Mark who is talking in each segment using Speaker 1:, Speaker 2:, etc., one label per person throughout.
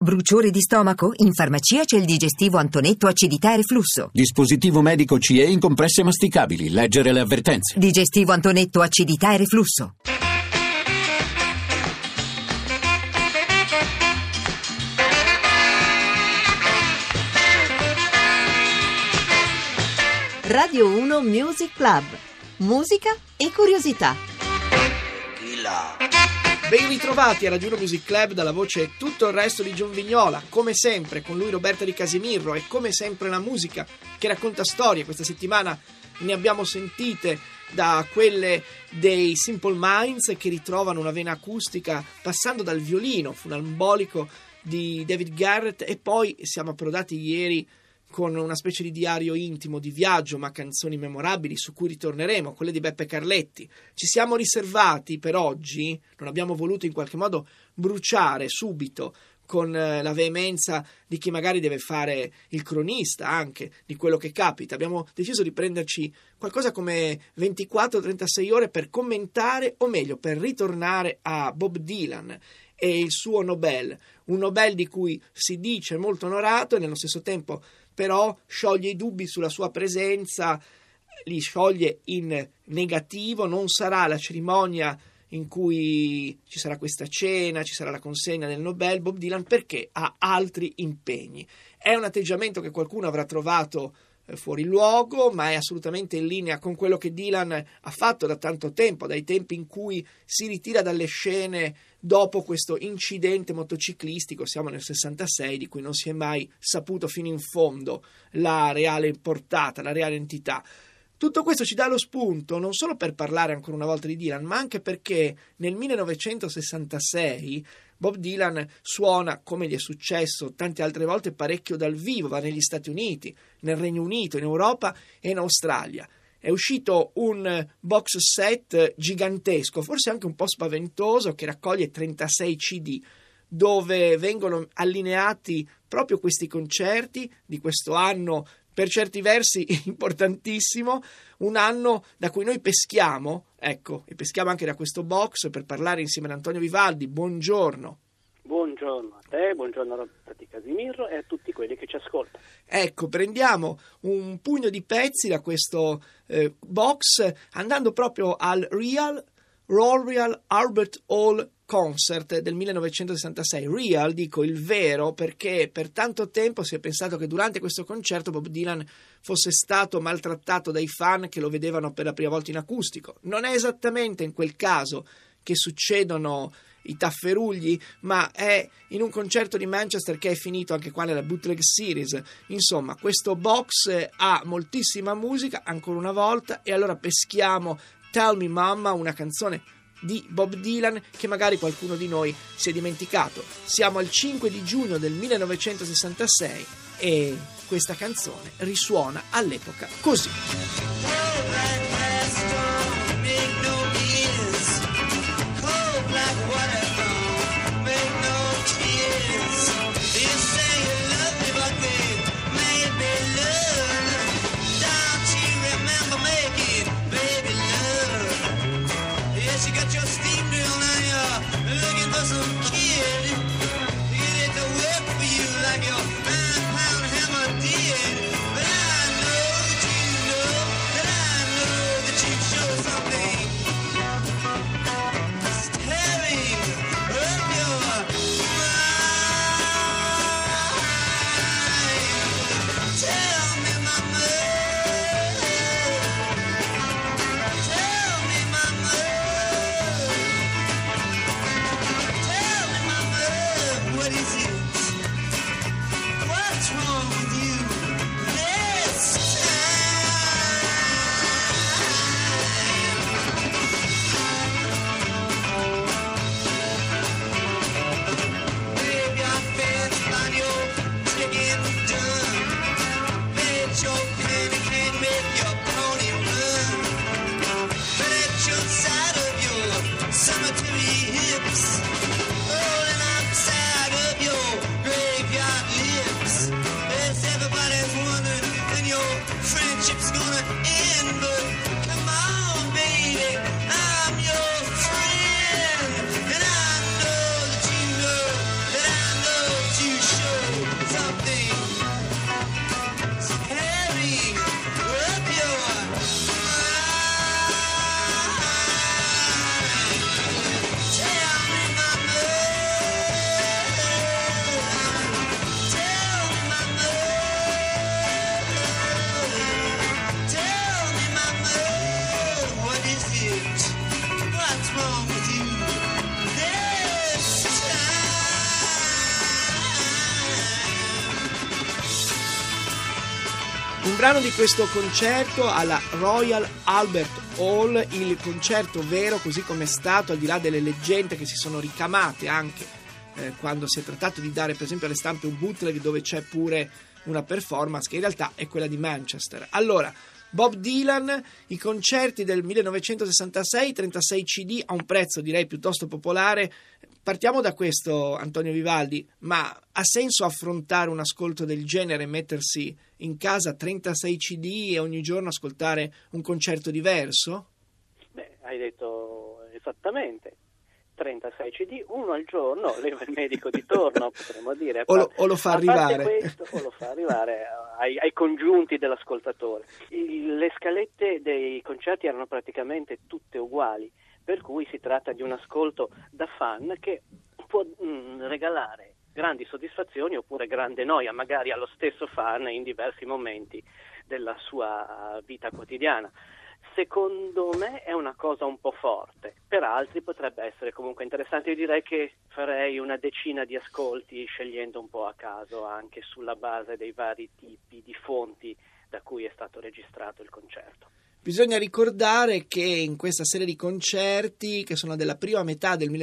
Speaker 1: Bruciore di stomaco? In farmacia c'è il digestivo Antonetto acidità e reflusso.
Speaker 2: Dispositivo medico CE in compresse masticabili. Leggere le avvertenze.
Speaker 1: Digestivo Antonetto acidità e reflusso.
Speaker 3: Radio 1 Music Club. Musica e curiosità.
Speaker 4: Ben ritrovati a Radio 1 Music Club dalla voce Tutto il resto di John Vignola. Come sempre con lui Roberta Di Casimiro e come sempre la musica che racconta storie. Questa settimana ne abbiamo sentite da quelle dei Simple Minds che ritrovano una vena acustica passando dal violino funambolico di David Garrett, e poi siamo approdati ieri con una specie di diario intimo di viaggio, ma canzoni memorabili su cui ritorneremo, quelle di Beppe Carletti. Ci siamo riservati per oggi, non abbiamo voluto in qualche modo bruciare subito con la veemenza di chi magari deve fare il cronista anche di quello che capita. Abbiamo deciso di prenderci qualcosa come 24-36 ore per commentare, o meglio per ritornare a Bob Dylan e il suo Nobel, un Nobel di cui si dice molto onorato e nello stesso tempo però scioglie i dubbi sulla sua presenza, li scioglie in negativo. Non sarà la cerimonia in cui ci sarà questa cena, ci sarà la consegna del Nobel, Bob Dylan, perché ha altri impegni. È un atteggiamento che qualcuno avrà trovato fuori luogo, ma è assolutamente in linea con quello che Dylan ha fatto da tanto tempo, dai tempi in cui si ritira dalle scene dopo questo incidente motociclistico. Siamo nel 66, di cui non si è mai saputo fino in fondo la reale portata, la reale entità. Tutto questo ci dà lo spunto non solo per parlare ancora una volta di Dylan, ma anche perché nel 1966 Bob Dylan suona, come gli è successo tante altre volte, parecchio dal vivo. Va negli Stati Uniti, nel Regno Unito, in Europa e in Australia. È uscito un box set gigantesco, forse anche un po' spaventoso, che raccoglie 36 CD, dove vengono allineati proprio questi concerti di questo anno, per certi versi importantissimo, un anno da cui noi peschiamo, ecco, e peschiamo anche da questo box per parlare insieme ad Antonio Vivaldi. Buongiorno.
Speaker 5: Buongiorno a te, buongiorno a Roberta Di Casimiro e a tutti quelli che ci ascoltano.
Speaker 4: Ecco, prendiamo un pugno di pezzi da questo box, andando proprio al Royal Albert Hall Concert del 1966. Real, dico il vero, perché per tanto tempo si è pensato che durante questo concerto Bob Dylan fosse stato maltrattato dai fan che lo vedevano per la prima volta in acustico. Non è esattamente in quel caso che succedono i tafferugli, ma è in un concerto di Manchester che è finito anche qua nella Bootleg Series. Insomma, questo box ha moltissima musica, ancora una volta, e allora peschiamo Tell Me Mama, una canzone di Bob Dylan che magari qualcuno di noi si è dimenticato. Siamo al 5 di giugno del 1966 e questa canzone risuona all'epoca così.
Speaker 6: But I know that I
Speaker 4: Un brano di questo concerto alla Royal Albert Hall, il concerto vero così come è stato, al di là delle leggende che si sono ricamate anche quando si è trattato di dare per esempio alle stampe un bootleg dove c'è pure una performance che in realtà è quella di Manchester. Allora, Bob Dylan, i concerti del 1966, 36 CD a un prezzo direi piuttosto popolare. Partiamo da questo, Antonio Vivaldi, ma ha senso affrontare un ascolto del genere, mettersi in casa 36 CD e ogni giorno ascoltare un concerto diverso?
Speaker 5: Beh, hai detto esattamente. 36 CD, uno al giorno, leva il medico di torno, potremmo dire.
Speaker 4: O lo fa arrivare.
Speaker 5: Questo, o lo fa arrivare ai congiunti dell'ascoltatore. Le scalette dei concerti erano praticamente tutte uguali, per cui si tratta di un ascolto da fan che può regalare grandi soddisfazioni oppure grande noia, magari allo stesso fan in diversi momenti della sua vita quotidiana. Secondo me è una cosa un po' forte, per altri potrebbe essere comunque interessante. Io direi che farei una decina di ascolti scegliendo un po' a caso anche sulla base dei vari tipi di fonti da cui è stato registrato il concerto.
Speaker 4: Bisogna ricordare che in questa serie di concerti, che sono della prima metà del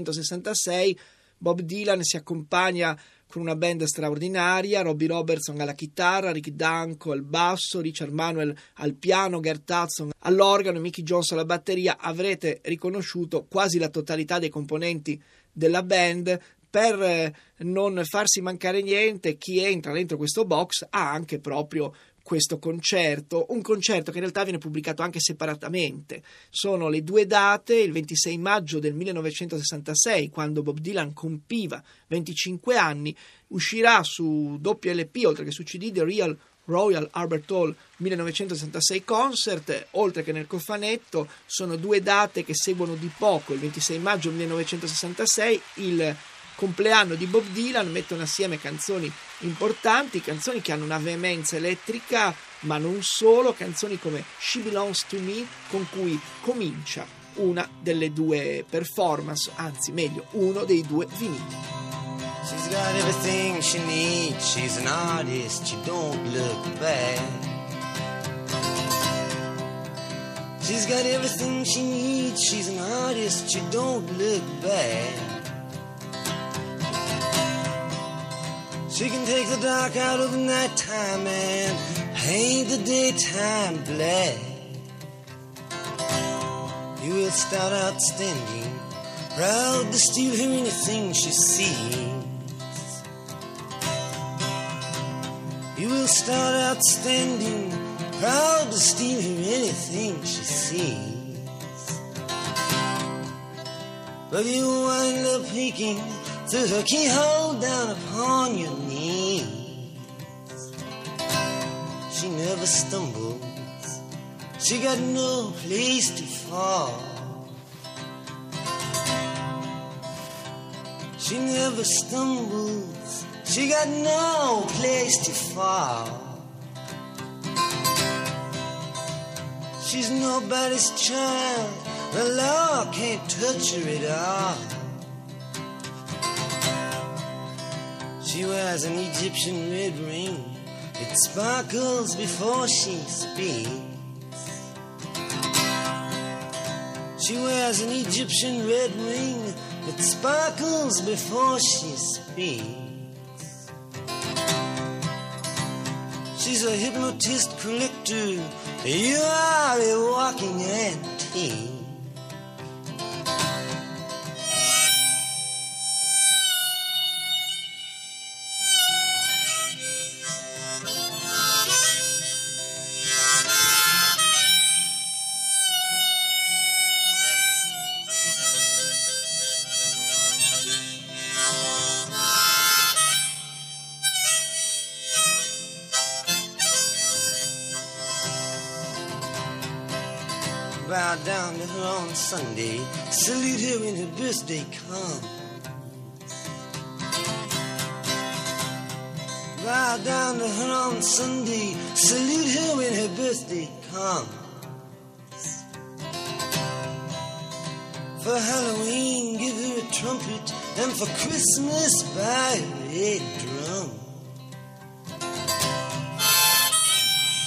Speaker 4: 1966, Bob Dylan si accompagna con una band straordinaria, Robbie Robertson alla chitarra, Rick Danko al basso, Richard Manuel al piano, Gert Hudson all'organo e Mickey Jones alla batteria. Avrete riconosciuto quasi la totalità dei componenti della band. Per non farsi mancare niente, chi entra dentro questo box ha anche proprio questo concerto, un concerto che in realtà viene pubblicato anche separatamente. Sono le due date, il 26 maggio del 1966, quando Bob Dylan compiva 25 anni, uscirà su WLP oltre che su CD The Royal Albert Hall 1966 Concert, oltre che nel cofanetto. Sono due date che seguono di poco, il 26 maggio 1966, il compleanno di Bob Dylan, mettono assieme canzoni importanti, canzoni che hanno una veemenza elettrica, ma non solo, canzoni come She Belongs to Me, con cui comincia una delle due performance, anzi meglio, uno dei due vinili.
Speaker 6: She's got everything she needs, she's an artist, she don't look bad. She's got everything she needs, she's an artist, she don't look bad. She can take the dark out of the nighttime and paint the daytime black. You will start out standing, proud to steal her anything she sees. You will start out standing, proud to steal her anything she sees. But you wind up peeking through her keyhole down upon your knees. She never stumbles, she got no place to fall. She never stumbles, she got no place to fall. She's nobody's child, the law can't touch her at all. She wears an Egyptian red ring, it sparkles before she speaks. She wears an Egyptian red ring, it sparkles before she speaks. She's a hypnotist collector, you are a walking antique. Bow down to her on Sunday, salute her when her birthday comes. Bow down to her on Sunday, salute her when her birthday comes. For Halloween, give her a trumpet, and for Christmas, buy her a drum.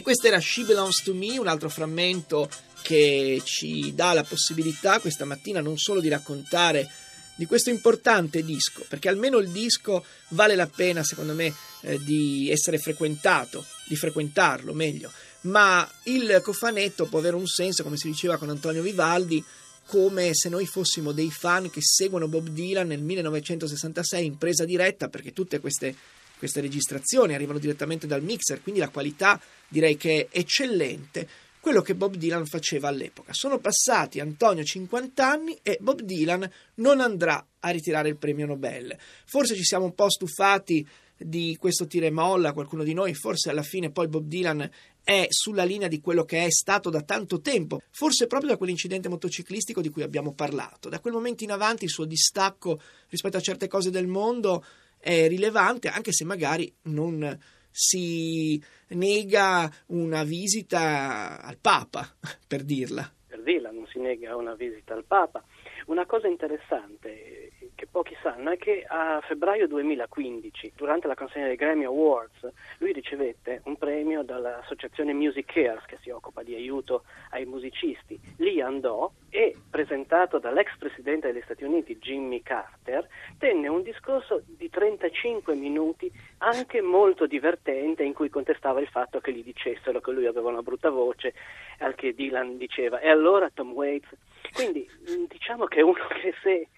Speaker 4: questo era She Belongs to Me, un altro frammento che ci dà la possibilità questa mattina non solo di raccontare di questo importante disco, perché almeno il disco vale la pena, secondo me, di essere frequentato, di frequentarlo meglio, ma il cofanetto può avere un senso, come si diceva con Antonio Vivaldi, come se noi fossimo dei fan che seguono Bob Dylan nel 1966 in presa diretta, perché tutte queste registrazioni arrivano direttamente dal mixer, quindi la qualità direi che è eccellente. Quello che Bob Dylan faceva all'epoca. Sono passati, Antonio, 50 anni e Bob Dylan non andrà a ritirare il premio Nobel. Forse ci siamo un po' stufati di questo tira e molla, qualcuno di noi, forse alla fine poi Bob Dylan è sulla linea di quello che è stato da tanto tempo, forse proprio da quell'incidente motociclistico di cui abbiamo parlato. Da quel momento in avanti il suo distacco rispetto a certe cose del mondo è rilevante, anche se magari non si nega una visita al Papa, per dirla.
Speaker 5: Per dirla, non si nega una visita al Papa. Una cosa interessante che pochi sanno è che a febbraio 2015, durante la consegna dei Grammy Awards, lui ricevette un premio dall'associazione Music Cares, che si occupa di aiuto ai musicisti. Lì andò e, presentato dall'ex presidente degli Stati Uniti Jimmy Carter, tenne un discorso di 35 minuti, anche molto divertente, in cui contestava il fatto che gli dicessero che lui aveva una brutta voce, al che Dylan diceva: e allora Tom Waits? Quindi diciamo che uno che se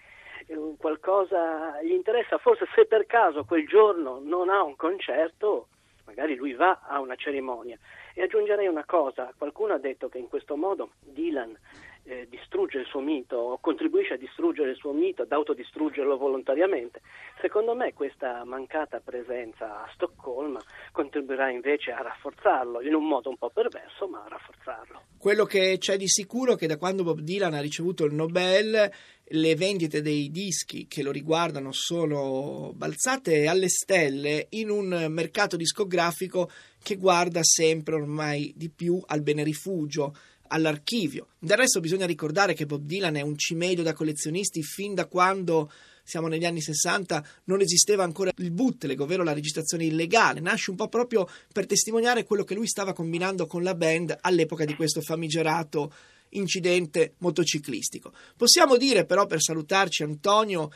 Speaker 5: qualcosa gli interessa, forse se per caso quel giorno non ha un concerto, magari lui va a una cerimonia. E aggiungerei una cosa: qualcuno ha detto che in questo modo Dylan distrugge il suo mito, o contribuisce a distruggere il suo mito, ad autodistruggerlo volontariamente. Secondo me questa mancata presenza a Stoccolma contribuirà invece a rafforzarlo, in un modo un po' perverso, ma a rafforzarlo.
Speaker 4: Quello che c'è di sicuro è che da quando Bob Dylan ha ricevuto il Nobel, le vendite dei dischi che lo riguardano sono balzate alle stelle in un mercato discografico che guarda sempre ormai di più al bene rifugio, all'archivio. Del resto bisogna ricordare che Bob Dylan è un cimelio da collezionisti fin da quando, siamo negli anni 60, non esisteva ancora il bootleg, ovvero la registrazione illegale. Nasce un po' proprio per testimoniare quello che lui stava combinando con la band all'epoca di questo famigerato incidente motociclistico. Possiamo dire però, per salutarci, Antonio,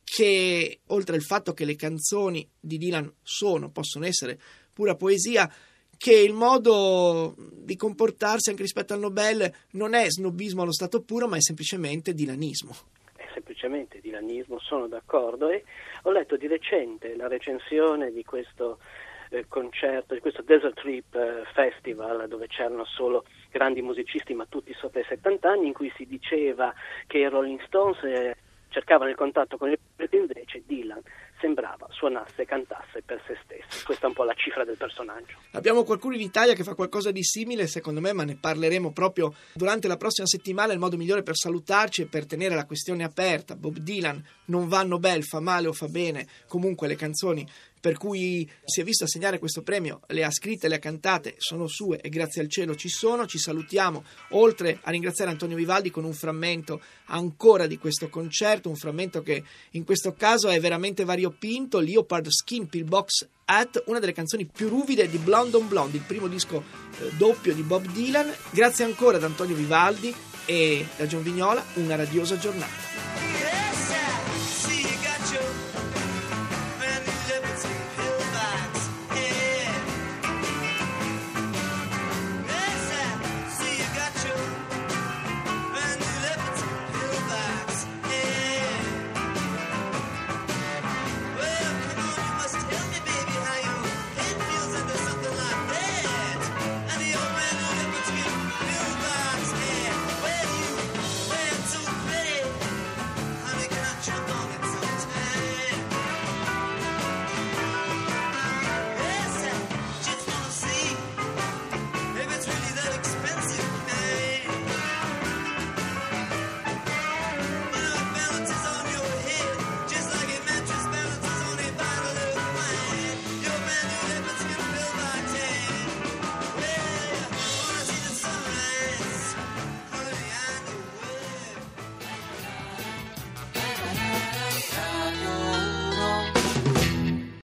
Speaker 4: che oltre al fatto che le canzoni di Dylan possono essere pura poesia, che il modo di comportarsi anche rispetto al Nobel non è snobismo allo stato puro, ma è semplicemente dylanismo.
Speaker 5: È semplicemente dylanismo, sono d'accordo. E ho letto di recente la recensione di questo concerto, di questo Desert Trip Festival, dove c'erano solo grandi musicisti ma tutti sopra i 70 anni, in cui si diceva che i Rolling Stones cercavano il contatto con il pubblico, invece Dylan sembrava suonasse e cantasse per se stesso. Questa è un po' la cifra del personaggio.
Speaker 4: Abbiamo qualcuno in Italia che fa qualcosa di simile, secondo me, ma ne parleremo proprio durante la prossima settimana. Il modo migliore per salutarci e per tenere la questione aperta: Bob Dylan non va a Nobel, fa male o fa bene, comunque le canzoni per cui si è visto assegnare questo premio le ha scritte, le ha cantate, sono sue e grazie al cielo ci sono. Ci salutiamo, oltre a ringraziare Antonio Vivaldi, con un frammento ancora di questo concerto, un frammento che in questo caso è veramente variopinto: Leopard Skin Pillbox Hat, una delle canzoni più ruvide di Blonde on Blonde, il primo disco doppio di Bob Dylan. Grazie ancora ad Antonio Vivaldi e da John Vignola una radiosa giornata.